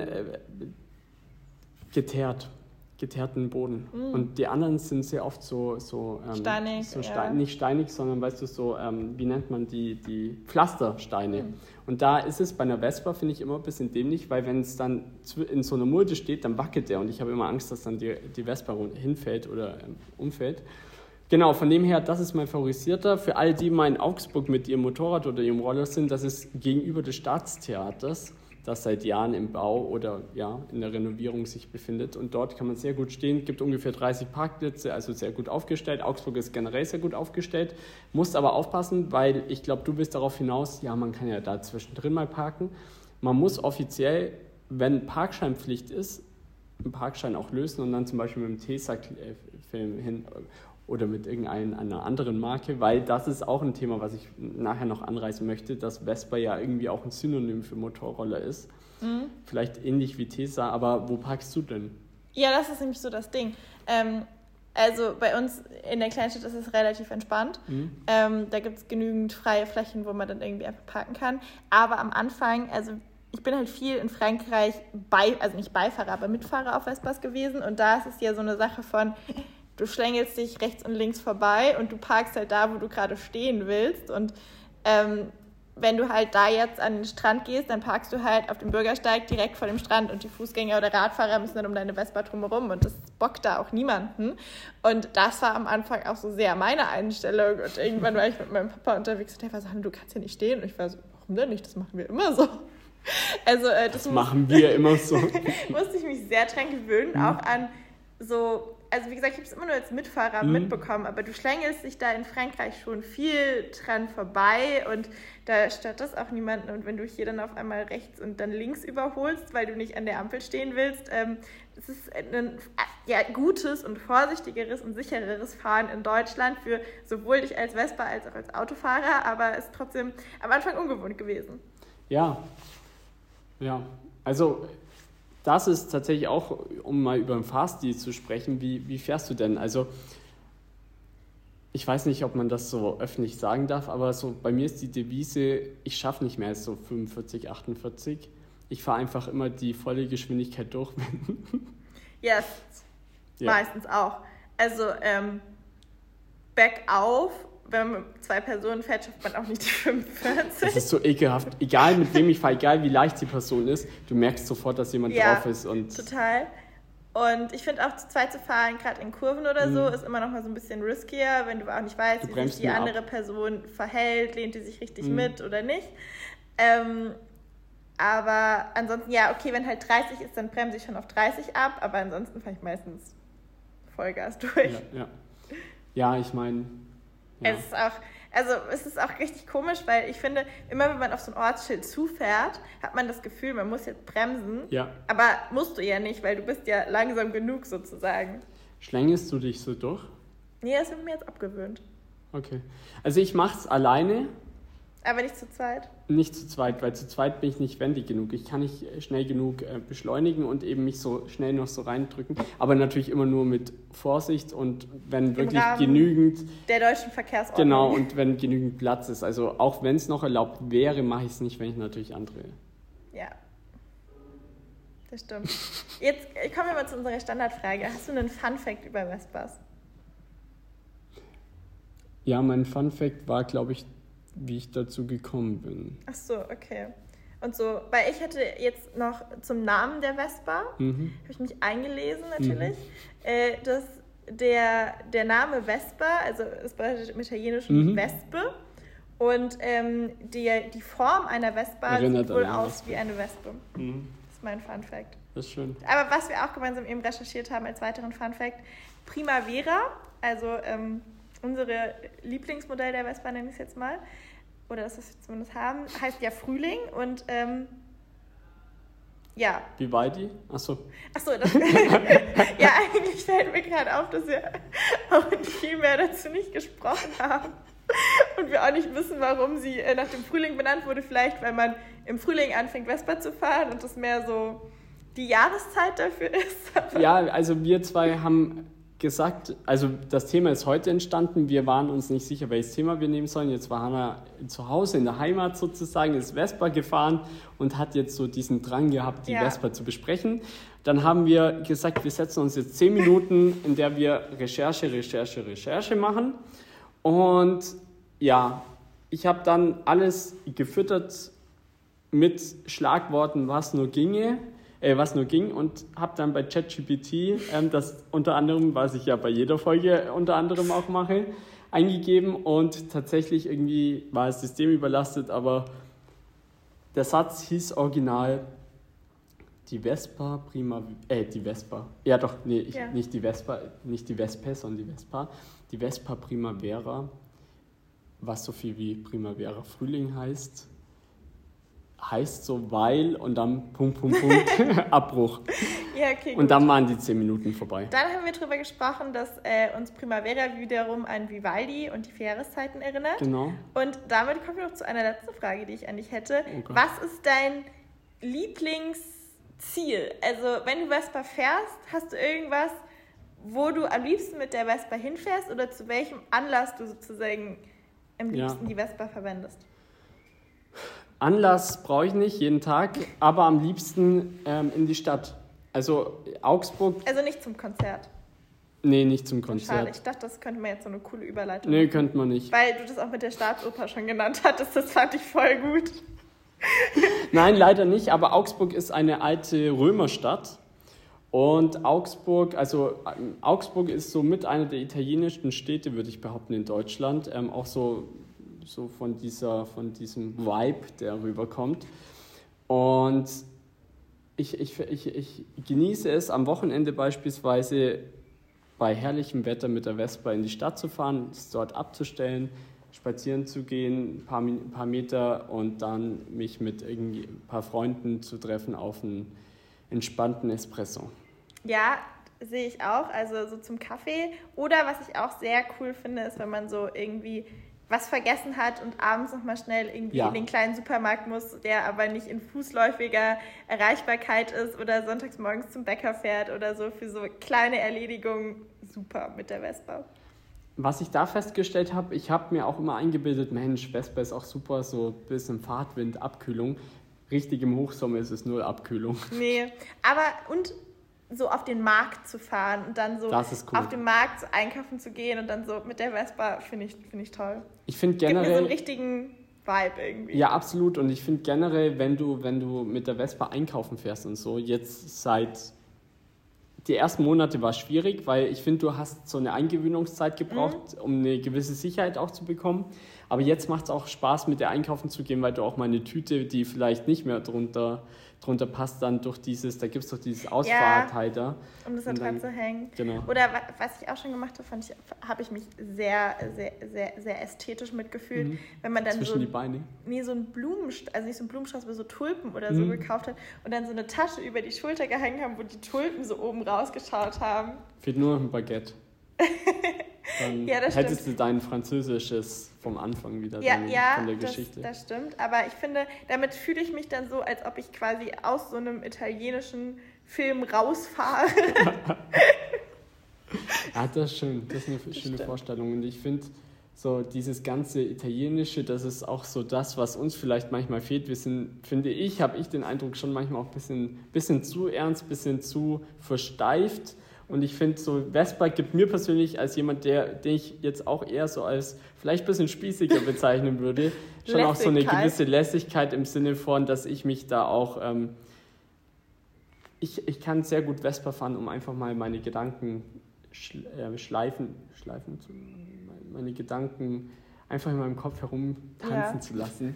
geteerten Boden. Und die anderen sind sehr oft so steinig. Nicht steinig, sondern weißt du, so, wie nennt man die Pflastersteine. Und da ist es bei einer Vespa, finde ich, immer ein bisschen dämlich, weil wenn es dann in so einer Mulde steht, dann wackelt der und ich habe immer Angst, dass dann die Vespa hinfällt oder umfällt. Genau, von dem her, das ist mein favorisierter. Für all die mal in Augsburg mit ihrem Motorrad oder ihrem Roller sind, das ist gegenüber des Staatstheaters, das seit Jahren im Bau oder in der Renovierung sich befindet. Und dort kann man sehr gut stehen, gibt ungefähr 30 Parkplätze, also sehr gut aufgestellt. Augsburg ist generell sehr gut aufgestellt, musst aber aufpassen, weil ich glaube, du bist darauf hinaus, man kann ja da zwischendrin mal parken. Man muss offiziell, wenn Parkscheinpflicht ist, einen Parkschein auch lösen und dann zum Beispiel mit dem Tesa-Film hin oder mit einer anderen Marke, weil das ist auch ein Thema, was ich nachher noch anreißen möchte, dass Vespa ja irgendwie auch ein Synonym für Motorroller ist. Vielleicht ähnlich wie Tesa, aber wo parkst du denn? Ja, das ist nämlich so das Ding. Also bei uns in der Kleinstadt ist es relativ entspannt. Da gibt es genügend freie Flächen, wo man dann irgendwie einfach parken kann. Aber am Anfang, also ich bin halt viel in Frankreich, also nicht Beifahrer, aber Mitfahrer auf Vespas gewesen. Und da ist es ja so eine Sache von... Du schlängelst dich rechts und links vorbei und du parkst halt da, wo du gerade stehen willst. Und wenn du halt da jetzt an den Strand gehst, dann parkst du halt auf dem Bürgersteig direkt vor dem Strand und die Fußgänger oder Radfahrer müssen dann um deine Vespa drumherum und das bockt da auch niemanden. Und das war am Anfang auch so sehr meine Einstellung. Und irgendwann war ich mit meinem Papa unterwegs und der war so, du kannst hier nicht stehen. Und ich war so, warum denn nicht? Das machen wir immer so. Also das machen wir immer so. Musste ich mich sehr dran gewöhnen, auch an so... Also wie gesagt, ich habe es immer nur als Mitfahrer mitbekommen, aber du schlängelst dich da in Frankreich schon viel dran vorbei und da stört das auch niemanden. Und wenn du hier dann auf einmal rechts und dann links überholst, weil du nicht an der Ampel stehen willst, das ist ein gutes und vorsichtigeres und sichereres Fahren in Deutschland für sowohl dich als Vespa als auch als Autofahrer, aber ist trotzdem am Anfang ungewohnt gewesen. Ja, also... Das ist tatsächlich auch, um mal über den Fahrstil zu sprechen, wie fährst du denn? Also ich weiß nicht, ob man das so öffentlich sagen darf, aber so bei mir ist die Devise, ich schaffe nicht mehr als so 45, 48. Ich fahre einfach immer die volle Geschwindigkeit durch. Yes, meistens auch. Also bergauf, wenn man mit 2 Personen fährt, schafft man auch nicht die 45. Das ist so ekelhaft. Egal mit wem ich fahre, egal wie leicht die Person ist, du merkst sofort, dass jemand drauf ist. Und total. Und ich finde auch zu zweit zu fahren, gerade in Kurven oder so, ist immer noch mal so ein bisschen riskier, wenn du auch nicht weißt, wie sich die andere Person verhält, lehnt die sich richtig mit oder nicht. Aber ansonsten, ja, okay, wenn halt 30 ist, dann bremse ich schon auf 30 ab, aber ansonsten fahre ich meistens Vollgas durch. Ja, ich meine... Ja. Es ist auch richtig komisch, weil ich finde, immer wenn man auf so ein Ortsschild zufährt, hat man das Gefühl, man muss jetzt bremsen. Ja. Aber musst du ja nicht, weil du bist ja langsam genug sozusagen. Schlängelst du dich so durch? Nee, das wird mir jetzt abgewöhnt. Okay. Also ich mache es alleine. Aber nicht zu zweit? Nicht zu zweit, weil zu zweit bin ich nicht wendig genug. Ich kann nicht schnell genug beschleunigen und eben mich so schnell noch so reindrücken. Aber natürlich immer nur mit Vorsicht und wenn wirklich genügend... der deutschen Verkehrsordnung. Genau, und wenn genügend Platz ist. Also auch wenn es noch erlaubt wäre, mache ich es nicht, wenn ich natürlich andere... Ja, das stimmt. Jetzt kommen wir mal zu unserer Standardfrage. Hast du einen Fun-Fact über Vespas? Ja, mein Fun-Fact war, glaube ich, wie ich dazu gekommen bin. Ach so, okay. Und so, weil ich hätte jetzt noch zum Namen der Vespa, habe ich mich eingelesen natürlich, dass der Name Vespa, also es bedeutet im Italienischen Wespe, und die Form einer Vespa sieht wohl aus wie eine Wespe. Das ist mein Fun Fact. Das ist schön. Aber was wir auch gemeinsam eben recherchiert haben als weiteren Fun Fact, Primavera, also unsere Lieblingsmodell der Vespa, nenne ich es jetzt mal, oder das, was wir zumindest haben, heißt ja Frühling und ja. Vivaldi? Achso, das ja, eigentlich fällt mir gerade auf, dass wir auch viel mehr dazu nicht gesprochen haben und wir auch nicht wissen, warum sie nach dem Frühling benannt wurde. Vielleicht, weil man im Frühling anfängt, Vespa zu fahren und das mehr so die Jahreszeit dafür ist. Ja, also wir zwei haben gesagt, also das Thema ist heute entstanden, wir waren uns nicht sicher, welches Thema wir nehmen sollen. Jetzt war Hannah zu Hause in der Heimat sozusagen, ist Vespa gefahren und hat jetzt so diesen Drang gehabt, die Vespa zu besprechen. Dann haben wir gesagt, wir setzen uns jetzt 10 Minuten, in der wir Recherche machen. Und ja, ich habe dann alles gefüttert mit Schlagworten, was nur ging und habe dann bei ChatGPT das unter anderem, was ich ja bei jeder Folge unter anderem auch mache, eingegeben und tatsächlich irgendwie war das System überlastet, aber der Satz hieß original die Vespa, nicht die Vespa, sondern die Vespa. Die Vespa Primavera, was so viel wie Primavera Frühling heißt so, weil und dann Abbruch. Ja, okay, und dann waren die 10 Minuten vorbei. Dann haben wir darüber gesprochen, dass uns Primavera wiederum an Vivaldi und die 4 Jahreszeiten erinnert. Genau. Und damit kommen wir noch zu einer letzten Frage, die ich an dich hätte. Okay. Was ist dein Lieblingsziel? Also, wenn du Vespa fährst, hast du irgendwas, wo du am liebsten mit der Vespa hinfährst oder zu welchem Anlass du sozusagen am liebsten die Vespa verwendest? Anlass brauche ich nicht, jeden Tag, aber am liebsten in die Stadt. Also Augsburg... Also nicht zum Konzert? Nee, nicht zum Konzert. Schade, ich dachte, das könnte man jetzt so eine coole Überleitung machen. Nee, könnte man nicht. Weil du das auch mit der Staatsoper schon genannt hattest, das fand ich voll gut. Nein, leider nicht, aber Augsburg ist eine alte Römerstadt. Und Augsburg ist so mit einer der italienischsten Städte, würde ich behaupten, in Deutschland. Auch so von diesem Vibe, der rüberkommt. Und ich genieße es, am Wochenende beispielsweise bei herrlichem Wetter mit der Vespa in die Stadt zu fahren, es dort abzustellen, spazieren zu gehen, ein paar Meter und dann mich mit irgendwie ein paar Freunden zu treffen auf einen entspannten Espresso. Ja, sehe ich auch, also so zum Kaffee. Oder was ich auch sehr cool finde, ist, wenn man so irgendwie was vergessen hat und abends nochmal schnell irgendwie in den kleinen Supermarkt muss, der aber nicht in fußläufiger Erreichbarkeit ist oder sonntags morgens zum Bäcker fährt oder so, für so kleine Erledigungen super mit der Vespa. Was ich da festgestellt habe, ich habe mir auch immer eingebildet, Mensch, Vespa ist auch super, so bis im Fahrtwind, Abkühlung. Richtig im Hochsommer ist es 0 Abkühlung. Nee, aber und so auf den Markt zu fahren und dann so cool. auf dem Markt so einkaufen zu gehen und dann so mit der Vespa, finde ich toll. Ich finde generell... Gibt mir so einen richtigen Vibe irgendwie. Ja, absolut. Und ich finde generell, wenn du mit der Vespa einkaufen fährst und so, jetzt die ersten Monate war schwierig, weil ich finde, du hast so eine Eingewöhnungszeit gebraucht, um eine gewisse Sicherheit auch zu bekommen. Aber jetzt macht es auch Spaß, mit der einkaufen zu gehen, weil du auch mal eine Tüte, die vielleicht nicht mehr drunter passt, dann durch da gibt es doch dieses Ausfahrhalter. Um das da dran zu hängen. Genau. Oder was ich auch schon gemacht habe, habe ich mich sehr, sehr, sehr, sehr ästhetisch mitgefühlt. Wenn man dann zwischen die Beine. Nee, so ein Blumenstrauß, also nicht so ein Blumenstrauß, aber so Tulpen oder so gekauft hat und dann so eine Tasche über die Schulter gehängt haben, wo die Tulpen so oben rausgeschaut haben. Fehlt nur ein Baguette. Dann hättest du dein Französisches vom Anfang wieder von der Geschichte. Das stimmt. Aber ich finde, damit fühle ich mich dann so, als ob ich quasi aus so einem italienischen Film rausfahre. Ja, das ist schön. Das ist eine schöne Vorstellung. Und ich finde, so dieses ganze Italienische, das ist auch so das, was uns vielleicht manchmal fehlt. Wir sind, habe ich den Eindruck, schon manchmal auch ein bisschen zu ernst, ein bisschen zu versteift. Und ich finde, so Vespa gibt mir persönlich als jemand, den ich jetzt auch eher so als vielleicht ein bisschen spießiger bezeichnen würde, schon auch so eine gewisse Lässigkeit im Sinne von, dass ich mich da auch, ich kann sehr gut Vespa fahren, um einfach mal meine Gedanken meine Gedanken einfach in meinem Kopf herum tanzen zu lassen.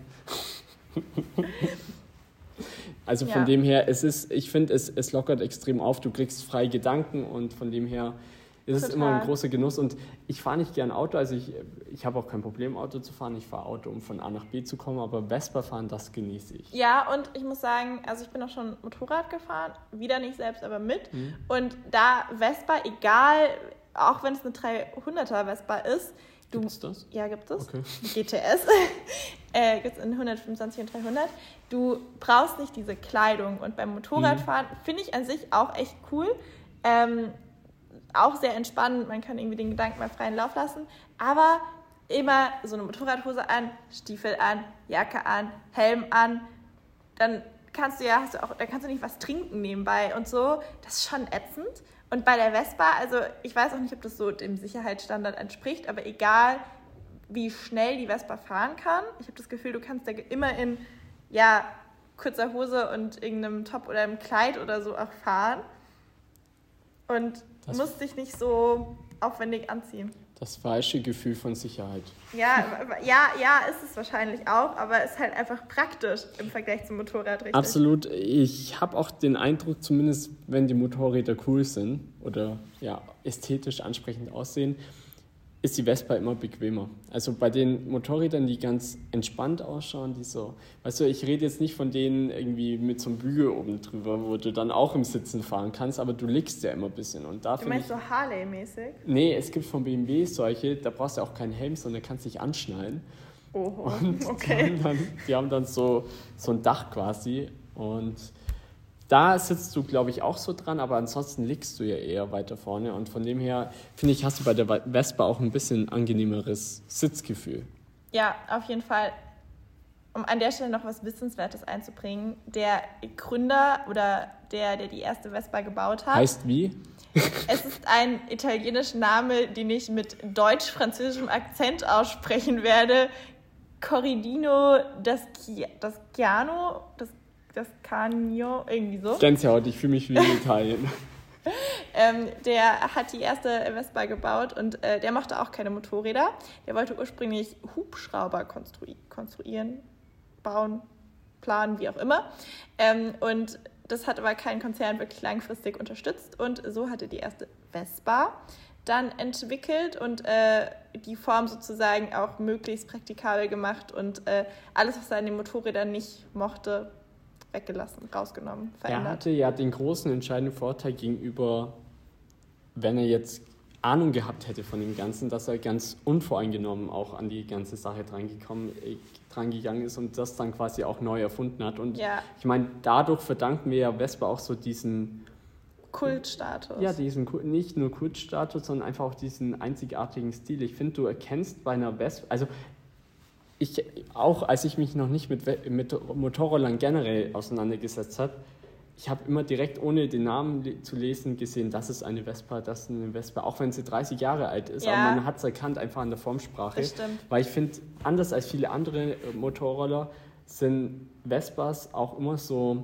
Also von dem her, ich finde, es lockert extrem auf, du kriegst freie Gedanken und von dem her ist es immer ein großer Genuss. Und ich fahre nicht gern Auto, also ich habe auch kein Problem, Auto zu fahren. Ich fahre Auto, um von A nach B zu kommen, aber Vespa fahren, das genieße ich. Ja, und ich muss sagen, also ich bin auch schon Motorrad gefahren, wieder nicht selbst, aber mit. Und da Vespa, egal, auch wenn es eine 300er Vespa ist, Gibt es das? Ja, gibt es. Okay. GTS. Gibt es in 125 und 300. Du brauchst nicht diese Kleidung. Und beim Motorradfahren finde ich an sich auch echt cool. Auch sehr entspannend. Man kann irgendwie den Gedanken mal freien Lauf lassen. Aber immer so eine Motorradhose an, Stiefel an, Jacke an, Helm an. Dann kannst du nicht was trinken nebenbei und so. Das ist schon ätzend. Und bei der Vespa, also ich weiß auch nicht, ob das so dem Sicherheitsstandard entspricht, aber egal, wie schnell die Vespa fahren kann, ich habe das Gefühl, du kannst da immer in kurzer Hose und irgendeinem Top oder einem Kleid oder so auch fahren und musst dich nicht so aufwendig anziehen. Das falsche Gefühl von Sicherheit. Ja, ist es wahrscheinlich auch, aber es ist halt einfach praktisch im Vergleich zum Motorrad, richtig? Absolut. Ich habe auch den Eindruck, zumindest wenn die Motorräder cool sind oder ästhetisch ansprechend aussehen, ist die Vespa immer bequemer. Also bei den Motorrädern, die ganz entspannt ausschauen, die so, weißt du, ich rede jetzt nicht von denen irgendwie mit so einem Bügel oben drüber, wo du dann auch im Sitzen fahren kannst, aber du liegst ja immer ein bisschen. Und da du meinst so Harley-mäßig? Nee, es gibt von BMW solche, da brauchst du auch keinen Helm, sondern kannst dich anschnallen. Oh, und okay. Die haben dann so ein Dach quasi und da sitzt du, glaube ich, auch so dran, aber ansonsten liegst du ja eher weiter vorne. Und von dem her, finde ich, hast du bei der Vespa auch ein bisschen angenehmeres Sitzgefühl. Ja, auf jeden Fall. Um an der Stelle noch was Wissenswertes einzubringen, der Gründer oder der die erste Vespa gebaut hat... Heißt wie? Es ist ein italienischer Name, den ich mit deutsch-französischem Akzent aussprechen werde. Corradino das Canio, irgendwie so. Gänsehaut, ich fühle mich wie in Italien. Der hat die erste Vespa gebaut und der mochte auch keine Motorräder. Der wollte ursprünglich Hubschrauber konstruieren, bauen, planen, wie auch immer. Und das hat aber kein Konzern wirklich langfristig unterstützt. Und so hatte die erste Vespa dann entwickelt und die Form sozusagen auch möglichst praktikabel gemacht und alles, was er an den Motorrädern nicht mochte, weggelassen, rausgenommen, verändert. Er hatte ja den großen entscheidenden Vorteil gegenüber, wenn er jetzt Ahnung gehabt hätte von dem Ganzen, dass er ganz unvoreingenommen auch an die ganze Sache drangegangen ist und das dann quasi auch neu erfunden hat. Und ich meine, dadurch verdanken wir ja Vespa auch so diesen Kultstatus. Ja, nicht nur Kultstatus, sondern einfach auch diesen einzigartigen Stil. Ich finde, du erkennst bei einer Vespa, also als ich mich noch nicht mit Motorrollern generell auseinandergesetzt habe, ich habe immer direkt, ohne den Namen zu lesen, gesehen, das ist eine Vespa, das ist eine Vespa, auch wenn sie 30 Jahre alt ist. Ja. Aber man hat es erkannt einfach an der Formsprache. Das stimmt. Weil ich finde, anders als viele andere Motorroller sind Vespas auch immer so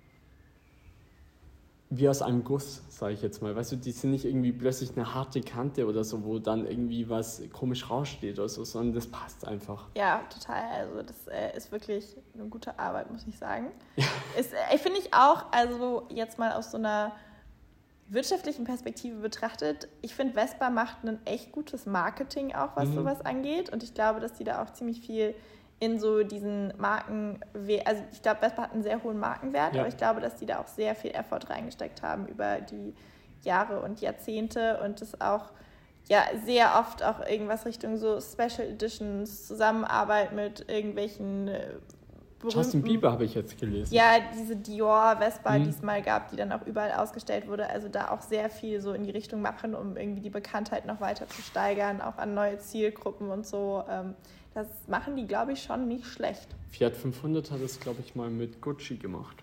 wie aus einem Guss, sage ich jetzt mal. Weißt du, die sind nicht irgendwie plötzlich eine harte Kante oder so, wo dann irgendwie was komisch raussteht oder so, sondern das passt einfach. Ja, total. Also das ist wirklich eine gute Arbeit, muss ich sagen. Ja. Finde ich auch, also jetzt mal aus so einer wirtschaftlichen Perspektive betrachtet, ich finde, Vespa macht ein echt gutes Marketing auch, was sowas angeht. Und ich glaube, dass die da auch ziemlich viel in so diesen Marken, also ich glaube, Vespa hat einen sehr hohen Markenwert, aber ich glaube, dass die da auch sehr viel Effort reingesteckt haben über die Jahre und Jahrzehnte und das auch sehr oft auch irgendwas Richtung so Special Editions, Zusammenarbeit mit irgendwelchen berühmten... Justin Bieber habe ich jetzt gelesen. Ja, diese Dior Vespa, die es mal gab, die dann auch überall ausgestellt wurde, also da auch sehr viel so in die Richtung machen, um irgendwie die Bekanntheit noch weiter zu steigern, auch an neue Zielgruppen und so. Das machen die, glaube ich, schon nicht schlecht. Fiat 500 hat es, glaube ich, mal mit Gucci gemacht.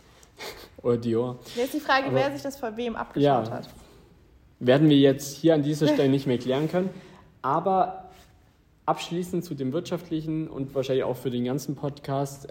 Oder Dior. Jetzt die Frage, wer sich das vor wem abgeschaut hat. Werden wir jetzt hier an dieser Stelle nicht mehr klären können. Aber abschließend zu dem wirtschaftlichen und wahrscheinlich auch für den ganzen Podcast,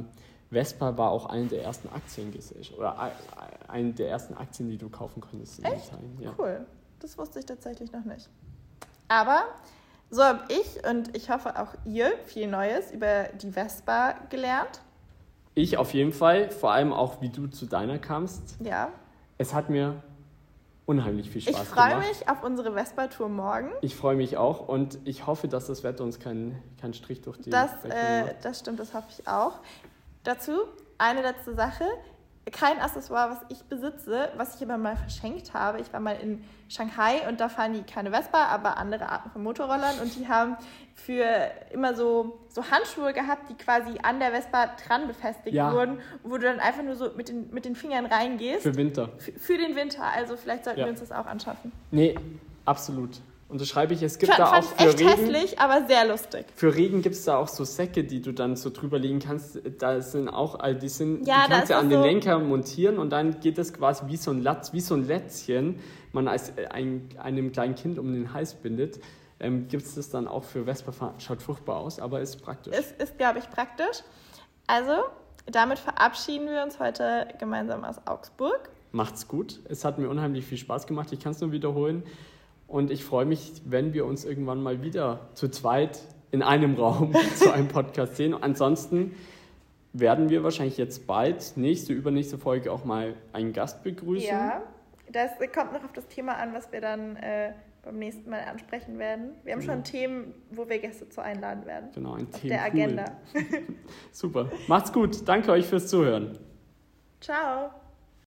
Vespa war auch eine der ersten Aktiengesellschaften oder eine der ersten Aktien, die du kaufen konntest in Italien. Ja. Cool. Das wusste ich tatsächlich noch nicht. Aber so habe ich und ich hoffe auch ihr viel Neues über die Vespa gelernt. Ich auf jeden Fall, vor allem auch, wie du zu deiner kamst. Ja. Es hat mir unheimlich viel Spaß gemacht. Ich freue mich auf unsere Vespa-Tour morgen. Ich freue mich auch und ich hoffe, dass das Wetter uns keinen Strich durch die Rechnung macht. Das stimmt, das hoffe ich auch. Dazu eine letzte Sache. Kein Accessoire, was ich besitze, was ich aber mal verschenkt habe. Ich war mal in Shanghai und da fahren die keine Vespa, aber andere Arten von Motorrollern und die haben für immer so Handschuhe gehabt, die quasi an der Vespa dran befestigt wurden, wo du dann einfach nur so mit den Fingern reingehst. Für Winter. Für den Winter, also vielleicht sollten wir uns das auch anschaffen. Nee, absolut. Unterschreibe ich, es gibt da auch für echt Regen... hässlich, aber sehr lustig. Für Regen gibt es da auch so Säcke, die du dann so drüber legen kannst. Da sind auch, die kannst du an den Lenker montieren und dann geht das quasi wie so ein Lätzchen, man als einem kleinen Kind um den Hals bindet. Gibt es das dann auch für Vespa-Fahren? Schaut furchtbar aus, aber ist praktisch. Es ist, glaube ich, praktisch. Also, damit verabschieden wir uns heute gemeinsam aus Augsburg. Macht's gut. Es hat mir unheimlich viel Spaß gemacht. Ich kann es nur wiederholen. Und ich freue mich, wenn wir uns irgendwann mal wieder zu zweit in einem Raum zu einem Podcast sehen. Ansonsten werden wir wahrscheinlich jetzt bald, übernächste Folge auch mal einen Gast begrüßen. Ja, das kommt noch auf das Thema an, was wir dann beim nächsten Mal ansprechen werden. Wir haben schon Themen, wo wir Gäste zu einladen werden. Genau, ein auf Thema. Der Agenda. Super. Macht's gut. Danke euch fürs Zuhören. Ciao.